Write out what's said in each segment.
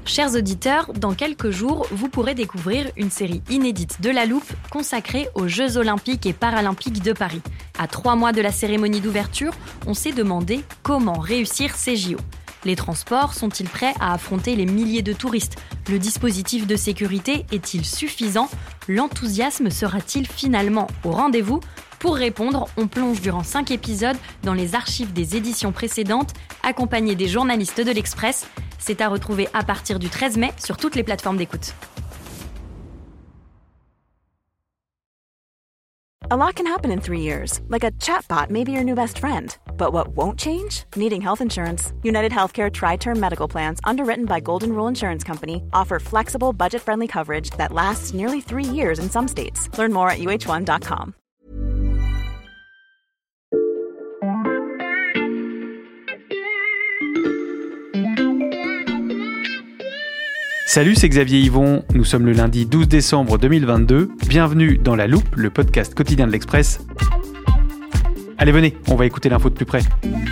Chers auditeurs, dans quelques jours, vous pourrez découvrir une série inédite de La Loupe consacrée aux Jeux Olympiques et Paralympiques de Paris. À 3 mois de la cérémonie d'ouverture, on s'est demandé comment réussir ces JO. Les transports sont-ils prêts à affronter les milliers de touristes ? Le dispositif de sécurité est-il suffisant ? L'enthousiasme sera-t-il finalement au rendez-vous ? Pour répondre, on plonge durant 5 épisodes dans les archives des éditions précédentes, accompagnés des journalistes de l'Express. C'est à retrouver à partir du 13 mai sur toutes les plateformes d'écoute. A lot can happen in 3 years, like a chatbot may be your new best friend. But what won't change? Needing health insurance. United Healthcare Tri-Term Medical Plans, underwritten by Golden Rule Insurance Company, offer flexible, budget-friendly coverage that lasts nearly 3 years in some states. Learn more at uh1.com. Salut, c'est Xavier Yvon, nous sommes le lundi 12 décembre 2022, bienvenue dans La Loupe, le podcast quotidien de l'Express. Allez venez, on va écouter l'info de plus près.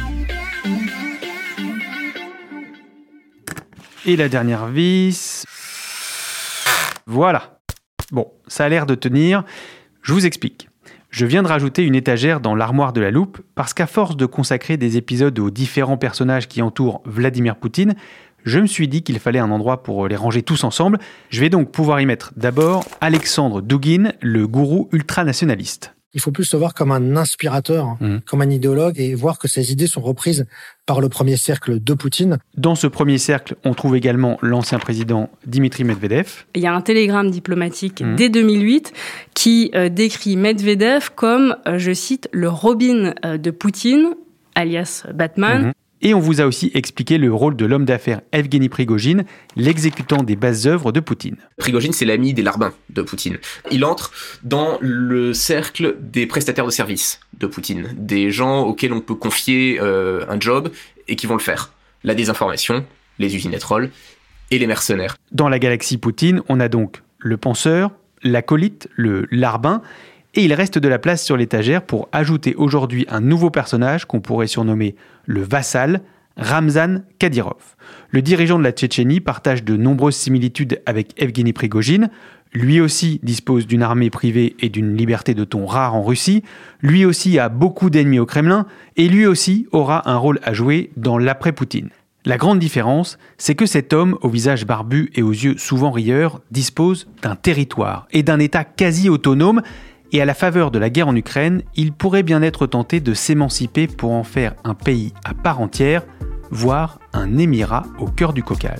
Et la dernière vis... Voilà. Bon, ça a l'air de tenir, je vous explique. Je viens de rajouter une étagère dans l'armoire de La Loupe parce qu'à force de consacrer des épisodes aux différents personnages qui entourent Vladimir Poutine, je me suis dit qu'il fallait un endroit pour les ranger tous ensemble. Je vais donc pouvoir y mettre d'abord Alexandre Douguine, le gourou ultranationaliste. Il faut plus le voir comme un inspirateur, comme un idéologue, et voir que ses idées sont reprises par le premier cercle de Poutine. Dans ce premier cercle, on trouve également l'ancien président Dimitri Medvedev. Il y a un télégramme diplomatique dès 2008 qui décrit Medvedev comme, je cite, le Robin de Poutine, alias Batman. Et on vous a aussi expliqué le rôle de l'homme d'affaires Evgeny Prigojine, l'exécutant des basses œuvres de Poutine. Prigojine, c'est l'ami des larbins de Poutine. Il entre dans le cercle des prestataires de services de Poutine, des gens auxquels on peut confier un job et qui vont le faire. La désinformation, les usines à troll et les mercenaires. Dans la galaxie Poutine, on a donc le penseur, l'acolyte, le larbin, et il reste de la place sur l'étagère pour ajouter aujourd'hui un nouveau personnage qu'on pourrait surnommer le vassal, Ramzan Kadyrov. Le dirigeant de la Tchétchénie partage de nombreuses similitudes avec Evgeny Prigojine. Lui aussi dispose d'une armée privée et d'une liberté de ton rare en Russie. Lui aussi a beaucoup d'ennemis au Kremlin. Et lui aussi aura un rôle à jouer dans l'après-Poutine. La grande différence, c'est que cet homme, au visage barbu et aux yeux souvent rieurs, dispose d'un territoire et d'un État quasi autonome. Et à la faveur de la guerre en Ukraine, il pourrait bien être tenté de s'émanciper pour en faire un pays à part entière, voire un émirat au cœur du Caucase.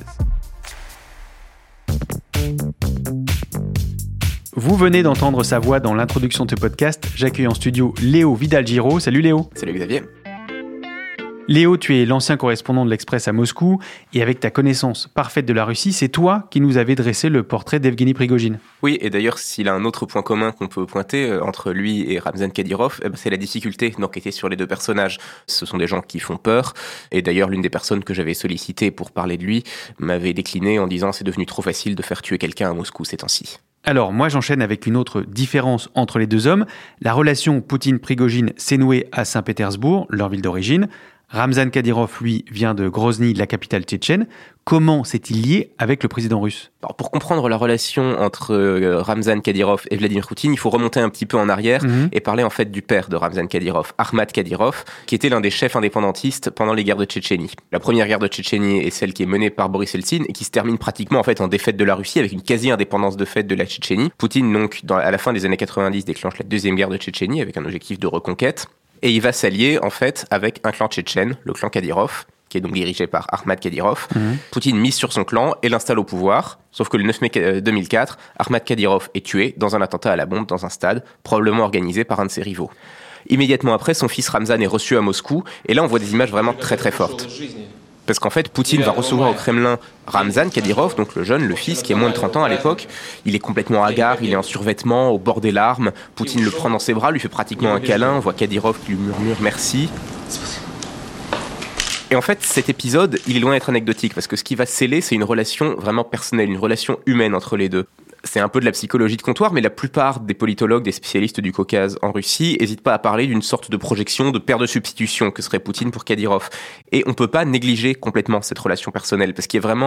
Vous venez d'entendre sa voix dans l'introduction de ce podcast. J'accueille en studio Léo Vidal-Giraud. Salut Léo. Salut Xavier. Léo, tu es l'ancien correspondant de l'Express à Moscou, et avec ta connaissance parfaite de la Russie, c'est toi qui nous avais dressé le portrait d'Evgeny Prigojine. Oui, et d'ailleurs, s'il a un autre point commun qu'on peut pointer entre lui et Ramzan Kadyrov, c'est la difficulté d'enquêter sur les deux personnages. Ce sont des gens qui font peur, et d'ailleurs, l'une des personnes que j'avais sollicitées pour parler de lui m'avait décliné en disant « c'est devenu trop facile de faire tuer quelqu'un à Moscou ces temps-ci ». Alors, moi j'enchaîne avec une autre différence entre les deux hommes. La relation Poutine-Prigojine s'est nouée à Saint-Pétersbourg, leur ville d'origine. Ramzan Kadyrov, lui, vient de Grozny, la capitale tchétchène. Comment s'est-il lié avec le président russe ? Alors, pour comprendre la relation entre Ramzan Kadyrov et Vladimir Poutine, il faut remonter un petit peu en arrière et parler en fait du père de Ramzan Kadyrov, Ahmad Kadyrov, qui était l'un des chefs indépendantistes pendant les guerres de Tchétchénie. La première guerre de Tchétchénie est celle qui est menée par Boris Eltsine et qui se termine pratiquement en fait en défaite de la Russie avec une quasi-indépendance de fait de la Tchétchénie. Poutine, donc, à la fin des années 90, déclenche la deuxième guerre de Tchétchénie avec un objectif de reconquête. Et il va s'allier, en fait, avec un clan tchétchène, le clan Kadyrov, qui est donc dirigé par Ahmad Kadyrov. Poutine mise sur son clan et l'installe au pouvoir. Sauf que le 9 mai 2004, Ahmad Kadyrov est tué dans un attentat à la bombe dans un stade, probablement organisé par un de ses rivaux. Immédiatement après, son fils Ramzan est reçu à Moscou. Et là, on voit des images vraiment très très fortes. Parce qu'en fait, Poutine va recevoir au Kremlin Ramzan Kadyrov, donc le jeune, le fils, qui a moins de 30 ans à l'époque. Il est complètement hagard, il est en survêtement, au bord des larmes. Poutine le prend dans ses bras, lui fait pratiquement un câlin. On voit Kadyrov qui lui murmure « merci ». Et en fait, cet épisode, il est loin d'être anecdotique, parce que ce qui va sceller, c'est une relation vraiment personnelle, une relation humaine entre les deux. C'est un peu de la psychologie de comptoir, mais la plupart des politologues, des spécialistes du Caucase en Russie, n'hésitent pas à parler d'une sorte de projection, de paire de substitution que serait Poutine pour Kadyrov. Et on peut pas négliger complètement cette relation personnelle, parce qu'il y a vraiment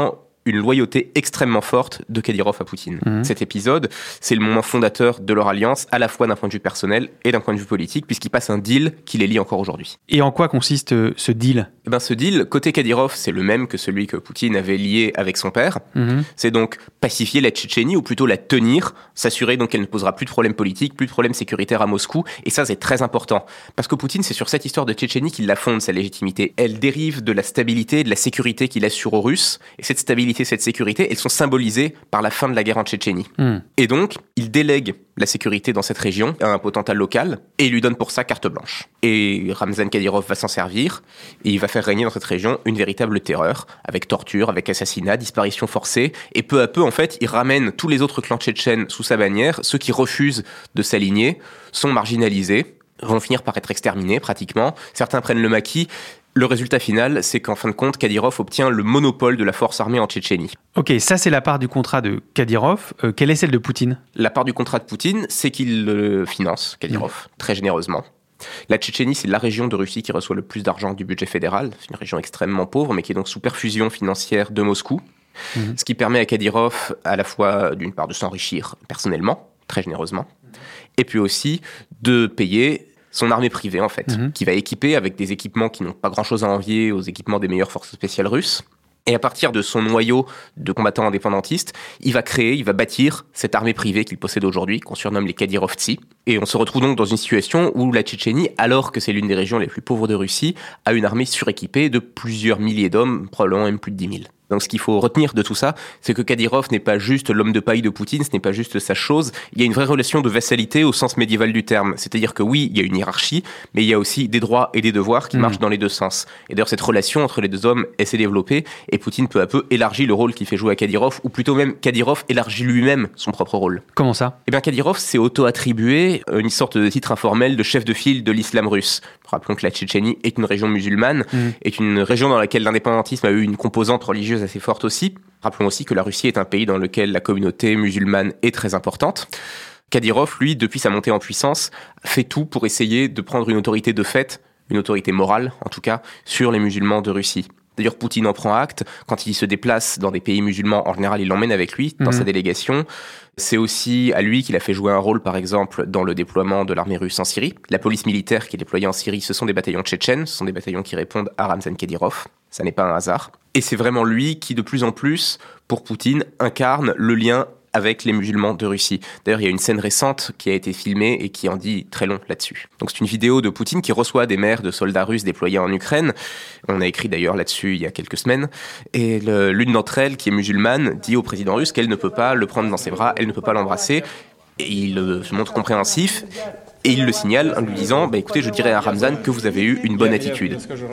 une loyauté extrêmement forte de Kadyrov à Poutine. Cet épisode, c'est le moment fondateur de leur alliance, à la fois d'un point de vue personnel et d'un point de vue politique, puisqu'il passe un deal qui les lie encore aujourd'hui. Et en quoi consiste ce deal ? Ce deal, côté Kadyrov, c'est le même que celui que Poutine avait lié avec son père. C'est donc pacifier la Tchétchénie, ou plutôt la tenir, s'assurer donc qu'elle ne posera plus de problèmes politiques, plus de problèmes sécuritaires à Moscou. Et ça, c'est très important. Parce que Poutine, c'est sur cette histoire de Tchétchénie qu'il la fonde, sa légitimité. Elle dérive de la stabilité et de la sécurité qu'il assure aux Russes. Et cette stabilité, cette sécurité, elles sont symbolisées par la fin de la guerre en Tchétchénie. Et donc, il délègue la sécurité dans cette région à un potentat local et il lui donne pour ça carte blanche. Et Ramzan Kadyrov va s'en servir et il va faire régner dans cette région une véritable terreur, avec torture, avec assassinat, disparition forcée. Et peu à peu, en fait, il ramène tous les autres clans tchétchènes sous sa bannière. Ceux qui refusent de s'aligner sont marginalisés, vont finir par être exterminés pratiquement. Certains prennent le maquis. Le résultat final, c'est qu'en fin de compte, Kadyrov obtient le monopole de la force armée en Tchétchénie. Ok, ça c'est la part du contrat de Kadyrov. Quelle est celle de Poutine ? La part du contrat de Poutine, c'est qu'il finance Kadyrov très généreusement. La Tchétchénie, c'est la région de Russie qui reçoit le plus d'argent du budget fédéral. C'est une région extrêmement pauvre, mais qui est donc sous perfusion financière de Moscou. Ce qui permet à Kadyrov, à la fois, d'une part, de s'enrichir personnellement, très généreusement, et puis aussi de payer son armée privée, en fait, qui va équiper avec des équipements qui n'ont pas grand-chose à envier aux équipements des meilleures forces spéciales russes. Et à partir de son noyau de combattants indépendantistes, il va bâtir cette armée privée qu'il possède aujourd'hui, qu'on surnomme les Kadyrovtsi. Et on se retrouve donc dans une situation où la Tchétchénie, alors que c'est l'une des régions les plus pauvres de Russie, a une armée suréquipée de plusieurs milliers d'hommes, probablement même plus de 10 000. Donc ce qu'il faut retenir de tout ça, c'est que Kadyrov n'est pas juste l'homme de paille de Poutine, ce n'est pas juste sa chose, il y a une vraie relation de vassalité au sens médiéval du terme. C'est-à-dire que oui, il y a une hiérarchie, mais il y a aussi des droits et des devoirs qui marchent dans les deux sens. Et d'ailleurs, cette relation entre les deux hommes, elle s'est développée, et Poutine peu à peu élargit le rôle qu'il fait jouer à Kadyrov, ou plutôt même Kadyrov élargit lui-même son propre rôle. Comment ça ? Eh bien, Kadyrov s'est auto-attribué une sorte de titre informel de chef de file de l'islam russe. Rappelons que la Tchétchénie est une région musulmane, est une région dans laquelle l'indépendantisme a eu une composante religieuse assez forte aussi. Rappelons aussi que la Russie est un pays dans lequel la communauté musulmane est très importante. Kadyrov, lui, depuis sa montée en puissance, fait tout pour essayer de prendre une autorité de fait, une autorité morale en tout cas, sur les musulmans de Russie. D'ailleurs, Poutine en prend acte. Quand il se déplace dans des pays musulmans, en général, il l'emmène avec lui dans sa délégation. C'est aussi à lui qu'il a fait jouer un rôle, par exemple, dans le déploiement de l'armée russe en Syrie. La police militaire qui est déployée en Syrie, ce sont des bataillons tchétchènes, ce sont des bataillons qui répondent à Ramzan Kadyrov. Ça n'est pas un hasard. Et c'est vraiment lui qui, de plus en plus, pour Poutine, incarne le lien avec les musulmans de Russie. D'ailleurs, il y a une scène récente qui a été filmée et qui en dit très long là-dessus. Donc c'est une vidéo de Poutine qui reçoit des mères de soldats russes déployés en Ukraine. On a écrit d'ailleurs là-dessus il y a quelques semaines. Et l'une d'entre elles, qui est musulmane, dit au président russe qu'elle ne peut pas le prendre dans ses bras, elle ne peut pas l'embrasser. Et il se montre compréhensif. Et il le signale en lui disant « Écoutez, je dirais à Ramzan que vous avez eu une bonne attitude. »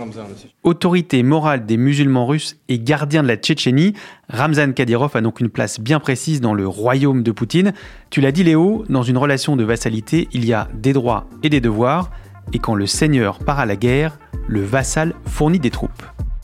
Autorité morale des musulmans russes et gardien de la Tchétchénie, Ramzan Kadyrov a donc une place bien précise dans le royaume de Poutine. Tu l'as dit Léo, dans une relation de vassalité, il y a des droits et des devoirs. Et quand le seigneur part à la guerre, le vassal fournit des troupes.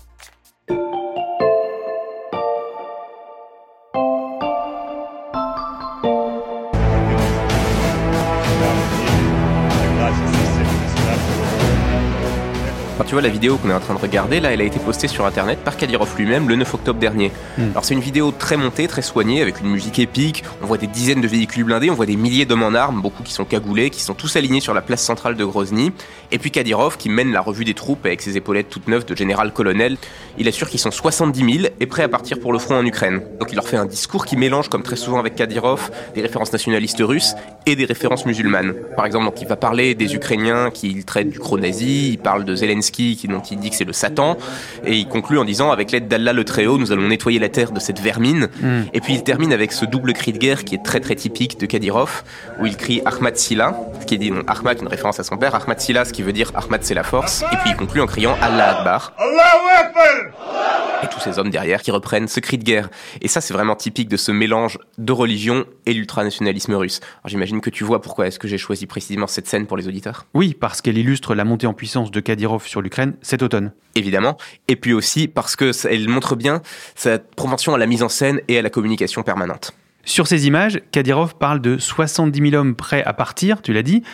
Tu vois, la vidéo qu'on est en train de regarder, là, elle a été postée sur Internet par Kadyrov lui-même le 9 octobre dernier. Alors c'est une vidéo très montée, très soignée, avec une musique épique, on voit des dizaines de véhicules blindés, on voit des milliers d'hommes en armes, beaucoup qui sont cagoulés, qui sont tous alignés sur la place centrale de Grozny, et puis Kadyrov qui mène la revue des troupes avec ses épaulettes toutes neuves de général-colonel. Il assure qu'ils sont 70 000 et prêts à partir pour le front en Ukraine. Donc il leur fait un discours qui mélange, comme très souvent avec Kadyrov, des références nationalistes russes et des références musulmanes. Par exemple, donc, il va parler des Ukrainiens qu'il traite du gros-nazi, il parle de Zelensky dont il dit que c'est le Satan, et il conclut en disant « Avec l'aide d'Allah le Très-Haut, nous allons nettoyer la terre de cette vermine ». Et puis il termine avec ce double cri de guerre qui est très très typique de Kadyrov, où il crie « Ahmad Silla », ce qui est dit donc Ahmad, une référence à son père, Ahmad Silla, ce qui veut dire « Ahmad c'est la force », et puis il conclut en criant « Allah Akbar ». Et tous ces hommes derrière qui reprennent ce cri de guerre. Et ça, c'est vraiment typique de ce mélange de religion et l'ultranationalisme russe. Alors j'imagine que tu vois pourquoi est-ce que j'ai choisi précisément cette scène pour les auditeurs. Oui, parce qu'elle illustre la montée en puissance de Kadyrov sur l'Ukraine cet automne. Évidemment. Et puis aussi parce qu'elle montre bien sa propension à la mise en scène et à la communication permanente. Sur ces images, Kadyrov parle de 70 000 hommes prêts à partir, tu l'as dit.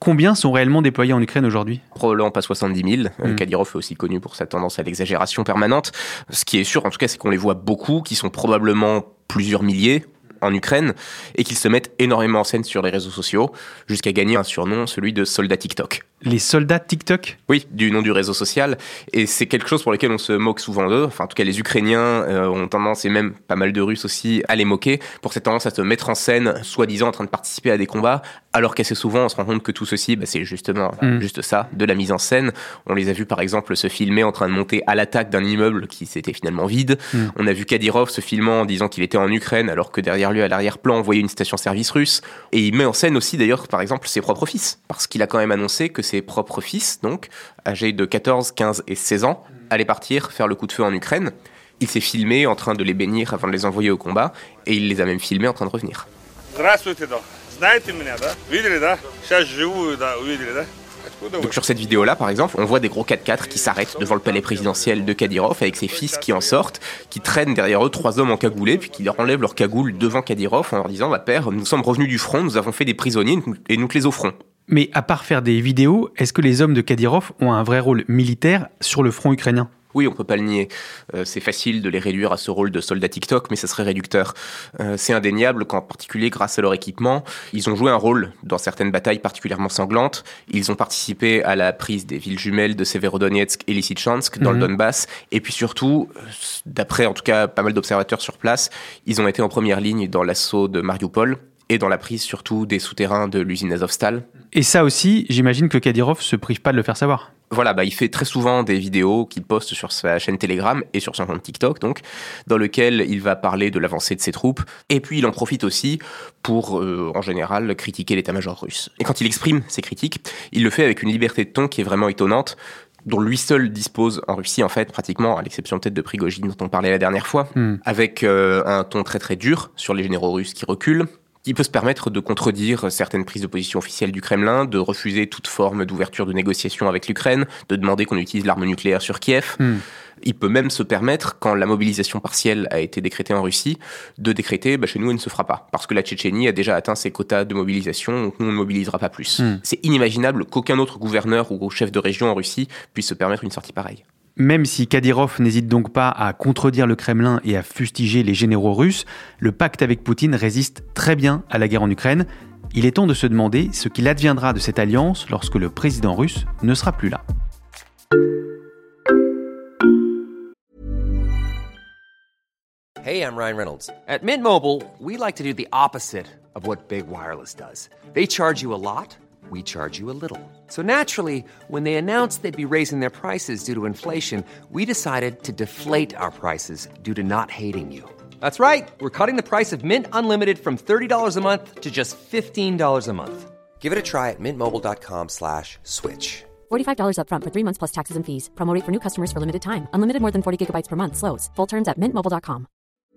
Combien sont réellement déployés en Ukraine aujourd'hui ? Probablement pas 70 000. Kadyrov est aussi connu pour sa tendance à l'exagération permanente. Ce qui est sûr, en tout cas, c'est qu'on les voit beaucoup, qui sont probablement plusieurs milliers en Ukraine, et qu'ils se mettent énormément en scène sur les réseaux sociaux, jusqu'à gagner un surnom, celui de soldat TikTok. Les soldats TikTok ? Oui, du nom du réseau social, et c'est quelque chose pour lequel on se moque souvent d'eux. Enfin, en tout cas, les Ukrainiens ont tendance, et même pas mal de Russes aussi, à les moquer pour cette tendance à se mettre en scène, soi-disant en train de participer à des combats, alors qu'assez souvent, on se rend compte que tout ceci, c'est justement juste ça, de la mise en scène. On les a vus, par exemple, se filmer en train de monter à l'attaque d'un immeuble qui s'était finalement vide. On a vu Kadyrov se filmant en disant qu'il était en Ukraine, alors que derrière lui, à l'arrière-plan, on voyait une station-service russe. Et il met en scène aussi, d'ailleurs, par exemple, ses propres fils, parce qu'il a quand même annoncé que ses propres fils, donc, âgés de 14, 15 et 16 ans, allaient partir faire le coup de feu en Ukraine. Il s'est filmé en train de les bénir avant de les envoyer au combat, et il les a même filmés en train de revenir. Donc sur cette vidéo-là, par exemple, on voit des gros 4x4 qui s'arrêtent devant le palais présidentiel de Kadyrov avec ses fils qui en sortent, qui traînent derrière eux 3 hommes encagoulés, puis qui leur enlèvent leur cagoule devant Kadyrov en leur disant « Père, nous sommes revenus du front, nous avons fait des prisonniers et nous te les offrons ». Mais à part faire des vidéos, est-ce que les hommes de Kadyrov ont un vrai rôle militaire sur le front ukrainien ? Oui, on peut pas le nier. C'est facile de les réduire à ce rôle de soldats TikTok, mais ça serait réducteur. C'est indéniable qu'en particulier, grâce à leur équipement, ils ont joué un rôle dans certaines batailles particulièrement sanglantes. Ils ont participé à la prise des villes jumelles de Severodonetsk et Lysychansk dans le Donbass. Et puis surtout, d'après en tout cas pas mal d'observateurs sur place, ils ont été en première ligne dans l'assaut de Mariupol et dans la prise surtout des souterrains de l'usine Azovstal. Et ça aussi, j'imagine que Kadyrov se prive pas de le faire savoir. Voilà, il fait très souvent des vidéos qu'il poste sur sa chaîne Telegram et sur son compte TikTok, donc, dans lequel il va parler de l'avancée de ses troupes. Et puis, il en profite aussi pour, en général, critiquer l'état-major russe. Et quand il exprime ses critiques, il le fait avec une liberté de ton qui est vraiment étonnante, dont lui seul dispose en Russie, en fait, pratiquement, à l'exception peut-être de Prigojine dont on parlait la dernière fois, avec un ton très très dur sur les généraux russes qui reculent. Il peut se permettre de contredire certaines prises de position officielles du Kremlin, de refuser toute forme d'ouverture de négociation avec l'Ukraine, de demander qu'on utilise l'arme nucléaire sur Kiev. Il peut même se permettre, quand la mobilisation partielle a été décrétée en Russie, de décréter chez nous, elle ne se fera pas. Parce que la Tchétchénie a déjà atteint ses quotas de mobilisation, donc nous, on ne mobilisera pas plus. C'est inimaginable qu'aucun autre gouverneur ou chef de région en Russie puisse se permettre une sortie pareille. Même si Kadyrov n'hésite donc pas à contredire le Kremlin et à fustiger les généraux russes, le pacte avec Poutine résiste très bien à la guerre en Ukraine. Il est temps de se demander ce qu'il adviendra de cette alliance lorsque le président russe ne sera plus là. Hey, I'm Ryan Reynolds. At Mint Mobile, we like to do the opposite of what Big Wireless does. They charge you a lot. We charge you a little. So naturally, when they announced they'd be raising their prices due to inflation, we decided to deflate our prices due to not hating you. That's right. We're cutting the price of Mint Unlimited from $30 a month to just $15 a month. Give it a try at mintmobile.com/switch. $45 up front for 3 months plus taxes and fees. Promo rate for new customers for limited time. Unlimited more than 40 gigabytes per month. Slows full terms at mintmobile.com.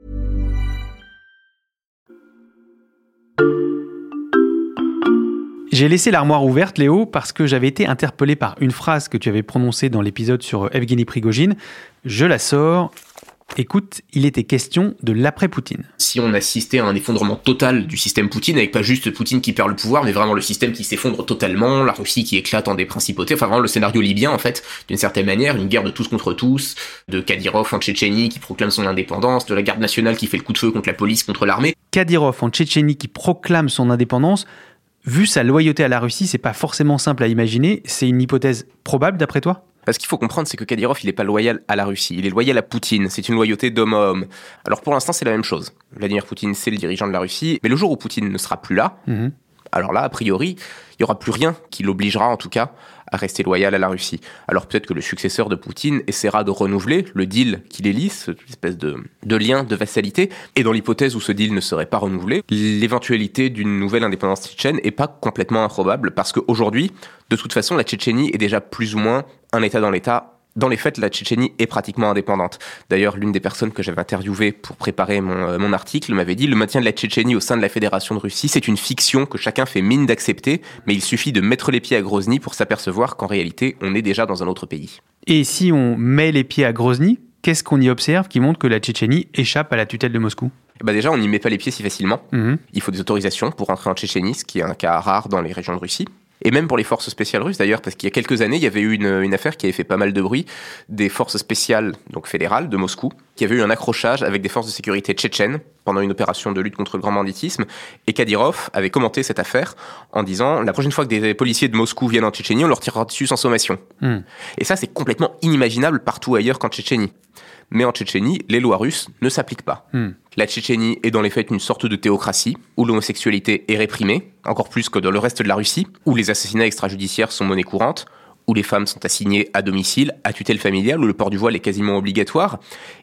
J'ai laissé l'armoire ouverte, Léo, parce que j'avais été interpellé par une phrase que tu avais prononcée dans l'épisode sur Evgeny Prigojine. Je la sors. Écoute, il était question de l'après-Poutine. Si on assistait à un effondrement total du système Poutine, avec pas juste Poutine qui perd le pouvoir, mais vraiment le système qui s'effondre totalement, la Russie qui éclate en des principautés, enfin vraiment le scénario libyen en fait, d'une certaine manière, une guerre de tous contre tous, de Kadyrov en Tchétchénie qui proclame son indépendance, de la garde nationale qui fait le coup de feu contre la police, contre l'armée. Kadyrov en Tchétchénie qui proclame son indépendance, vu sa loyauté à la Russie, c'est pas forcément simple à imaginer, c'est une hypothèse probable d'après toi ? Parce qu'il faut comprendre, c'est que Kadyrov, il n'est pas loyal à la Russie, il est loyal à Poutine, c'est une loyauté d'homme à homme. Alors pour l'instant, c'est la même chose. Vladimir Poutine, c'est le dirigeant de la Russie, mais le jour où Poutine ne sera plus là, alors là, a priori, il n'y aura plus rien qui l'obligera, en tout cas, à rester loyal à la Russie. Alors peut-être que le successeur de Poutine essaiera de renouveler le deal qui les lie, cette espèce de lien de vassalité, et dans l'hypothèse où ce deal ne serait pas renouvelé, l'éventualité d'une nouvelle indépendance tchétchène n'est pas complètement improbable, parce qu'aujourd'hui, de toute façon, la Tchétchénie est déjà plus ou moins un État dans l'État. Dans les faits, la Tchétchénie est pratiquement indépendante. D'ailleurs, l'une des personnes que j'avais interviewées pour préparer mon article m'avait dit « Le maintien de la Tchétchénie au sein de la Fédération de Russie, c'est une fiction que chacun fait mine d'accepter, mais il suffit de mettre les pieds à Grozny pour s'apercevoir qu'en réalité, on est déjà dans un autre pays. » Et si on met les pieds à Grozny, qu'est-ce qu'on y observe qui montre que la Tchétchénie échappe à la tutelle de Moscou ? Déjà, on n'y met pas les pieds si facilement. Il faut des autorisations pour entrer en Tchétchénie, ce qui est un cas rare dans les régions de Russie. Et même pour les forces spéciales russes d'ailleurs, parce qu'il y a quelques années, il y avait eu une affaire qui avait fait pas mal de bruit, des forces spéciales donc fédérales de Moscou, qui avait eu un accrochage avec des forces de sécurité tchétchènes pendant une opération de lutte contre le grand banditisme. Et Kadyrov avait commenté cette affaire en disant « La prochaine fois que des policiers de Moscou viennent en Tchétchénie, on leur tirera dessus sans sommation. Et ça, c'est complètement inimaginable partout ailleurs qu'en Tchétchénie. Mais en Tchétchénie, les lois russes ne s'appliquent pas. La Tchétchénie est dans les faits une sorte de théocratie, où l'homosexualité est réprimée, encore plus que dans le reste de la Russie, où les assassinats extrajudiciaires sont monnaie courante, où les femmes sont assignées à domicile, à tutelle familiale, où le port du voile est quasiment obligatoire.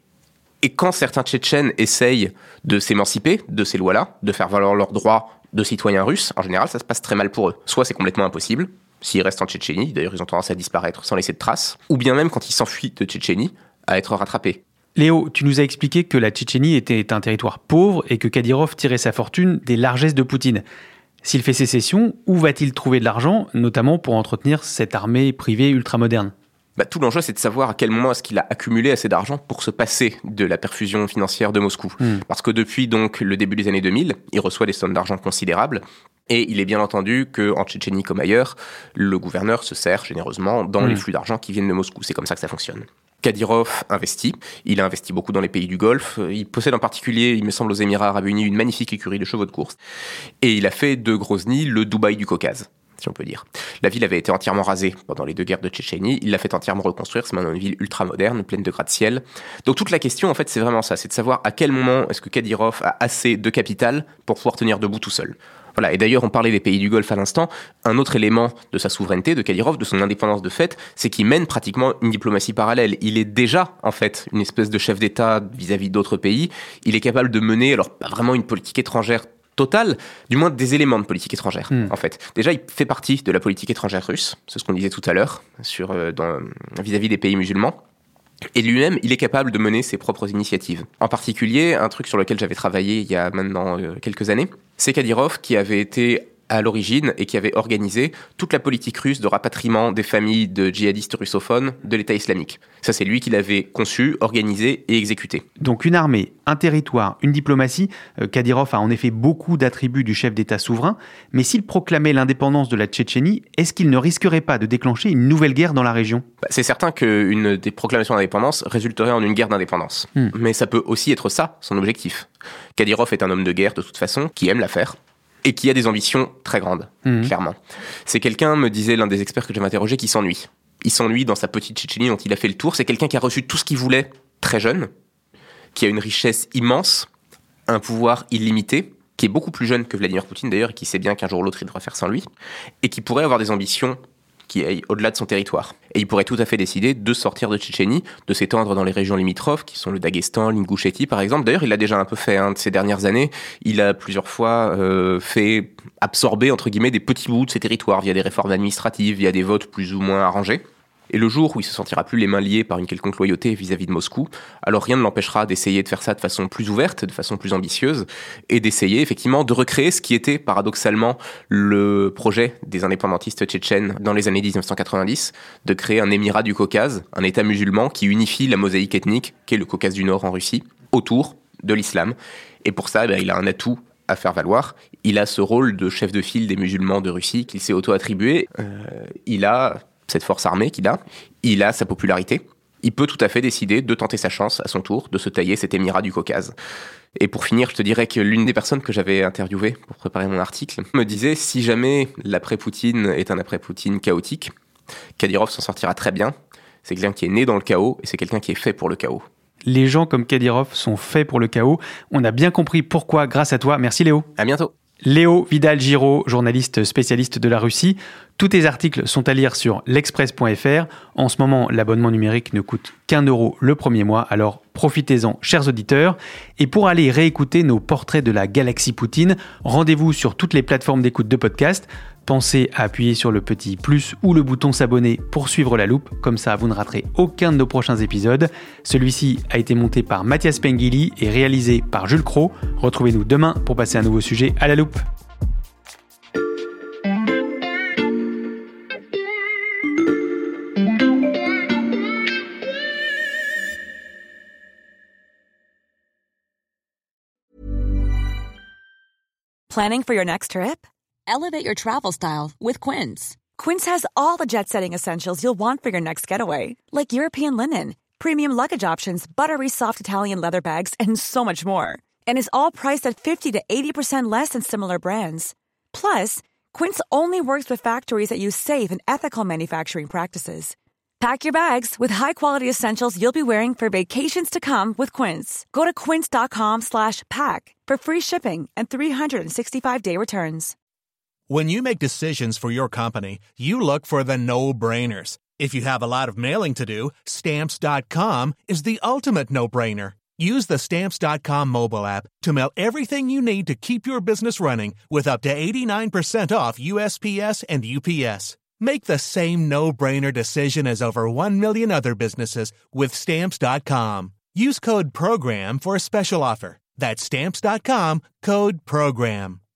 Et quand certains Tchétchènes essayent de s'émanciper de ces lois-là, de faire valoir leurs droits de citoyens russes, en général, ça se passe très mal pour eux. Soit c'est complètement impossible, s'ils restent en Tchétchénie, d'ailleurs ils ont tendance à disparaître sans laisser de traces, ou bien même quand ils s'enfuient de Tchétchénie, à être rattrapés. Léo, tu nous as expliqué que la Tchétchénie était un territoire pauvre et que Kadyrov tirait sa fortune des largesses de Poutine. S'il fait sécession, où va-t-il trouver de l'argent, notamment pour entretenir cette armée privée ultramoderne ? Tout l'enjeu, c'est de savoir à quel moment est-ce qu'il a accumulé assez d'argent pour se passer de la perfusion financière de Moscou. Parce que depuis donc le début des années 2000, il reçoit des sommes d'argent considérables. Et il est bien entendu qu'en Tchétchénie comme ailleurs, le gouverneur se sert généreusement dans les flux d'argent qui viennent de Moscou. C'est comme ça que ça fonctionne. Kadyrov investit. Il a investi beaucoup dans les pays du Golfe. Il possède en particulier, il me semble, aux Émirats Arabes Unis, une magnifique écurie de chevaux de course. Et il a fait de Grozny le Dubaï du Caucase, si on peut dire. La ville avait été entièrement rasée pendant les 2 guerres de Tchétchénie. Il l'a fait entièrement reconstruire. C'est maintenant une ville ultra-moderne, pleine de gratte-ciel. Donc toute la question, en fait, c'est vraiment ça. C'est de savoir à quel moment est-ce que Kadyrov a assez de capital pour pouvoir tenir debout tout seul. Voilà. Et d'ailleurs, on parlait des pays du Golfe à l'instant. Un autre élément de sa souveraineté, de Kadyrov, de son indépendance de fait, c'est qu'il mène pratiquement une diplomatie parallèle. Il est déjà, en fait, une espèce de chef d'État vis-à-vis d'autres pays. Il est capable de mener, alors pas vraiment une politique étrangère totale, du moins des éléments de politique étrangère, en fait. Déjà, il fait partie de la politique étrangère russe, c'est ce qu'on disait tout à l'heure, vis-à-vis des pays musulmans. Et lui-même, il est capable de mener ses propres initiatives. En particulier, un truc sur lequel j'avais travaillé il y a maintenant quelques années, c'est Kadyrov qui avait été à l'origine et qui avait organisé toute la politique russe de rapatriement des familles de djihadistes russophones de l'État islamique. Ça, c'est lui qui l'avait conçu, organisé et exécuté. Donc une armée, un territoire, une diplomatie. Kadyrov a en effet beaucoup d'attributs du chef d'État souverain, mais s'il proclamait l'indépendance de la Tchétchénie, est-ce qu'il ne risquerait pas de déclencher une nouvelle guerre dans la région ? C'est certain qu'une des proclamations d'indépendance résulterait en une guerre d'indépendance. Mais ça peut aussi être ça, son objectif. Kadyrov est un homme de guerre de toute façon, qui aime la faire. Et qui a des ambitions très grandes, clairement. C'est quelqu'un, me disait l'un des experts que j'avais interrogé, qui s'ennuie. Il s'ennuie dans sa petite Tchétchénie dont il a fait le tour. C'est quelqu'un qui a reçu tout ce qu'il voulait très jeune, qui a une richesse immense, un pouvoir illimité, qui est beaucoup plus jeune que Vladimir Poutine d'ailleurs, et qui sait bien qu'un jour ou l'autre il devra faire sans lui, et qui pourrait avoir des ambitions qui aillent au-delà de son territoire. Et il pourrait tout à fait décider de sortir de Tchétchénie, de s'étendre dans les régions limitrophes, qui sont le Daghestan, l'Ingouchétie par exemple. D'ailleurs, il l'a déjà un peu fait de ces dernières années. Il a plusieurs fois fait absorber, entre guillemets, des petits bouts de ses territoires via des réformes administratives, via des votes plus ou moins arrangés. Et le jour où il se sentira plus les mains liées par une quelconque loyauté vis-à-vis de Moscou, alors rien ne l'empêchera d'essayer de faire ça de façon plus ouverte, de façon plus ambitieuse, et d'essayer effectivement de recréer ce qui était paradoxalement le projet des indépendantistes tchétchènes dans les années 1990, de créer un émirat du Caucase, un État musulman qui unifie la mosaïque ethnique qu'est le Caucase du Nord en Russie, autour de l'islam. Et pour ça, il a un atout à faire valoir. Il a ce rôle de chef de file des musulmans de Russie qu'il s'est auto-attribué. Il a cette force armée qu'il a, il a sa popularité, il peut tout à fait décider de tenter sa chance à son tour, de se tailler cet émirat du Caucase. Et pour finir, je te dirais que l'une des personnes que j'avais interviewées pour préparer mon article me disait, si jamais l'après-Poutine est un après-Poutine chaotique, Kadyrov s'en sortira très bien. C'est quelqu'un qui est né dans le chaos et c'est quelqu'un qui est fait pour le chaos. Les gens comme Kadyrov sont faits pour le chaos. On a bien compris pourquoi grâce à toi. Merci Léo. À bientôt. Léo Vidal-Giraud, journaliste spécialiste de la Russie. Tous tes articles sont à lire sur l'express.fr. En ce moment, l'abonnement numérique ne coûte qu'1 € le premier mois, alors profitez-en, chers auditeurs. Et pour aller réécouter nos portraits de la galaxie Poutine, rendez-vous sur toutes les plateformes d'écoute de podcast. Pensez à appuyer sur le petit plus ou le bouton s'abonner pour suivre la loupe, comme ça vous ne raterez aucun de nos prochains épisodes. Celui-ci a été monté par Mathias Pengili et réalisé par Jules Cros. Retrouvez-nous demain pour passer un nouveau sujet à la loupe. Planning for your next trip? Elevate your travel style with Quince. Quince has all the jet-setting essentials you'll want for your next getaway, like European linen, premium luggage options, buttery soft Italian leather bags, and so much more. And is all priced at 50 to 80% less than similar brands. Plus, Quince only works with factories that use safe and ethical manufacturing practices. Pack your bags with high-quality essentials you'll be wearing for vacations to come with Quince. Go to quince.com/pack for free shipping and 365-day returns. When you make decisions for your company, you look for the no-brainers. If you have a lot of mailing to do, Stamps.com is the ultimate no-brainer. Use the Stamps.com mobile app to mail everything you need to keep your business running with up to 89% off USPS and UPS. Make the same no-brainer decision as over 1 million other businesses with Stamps.com. Use code PROGRAM for a special offer. That's Stamps.com, code PROGRAM.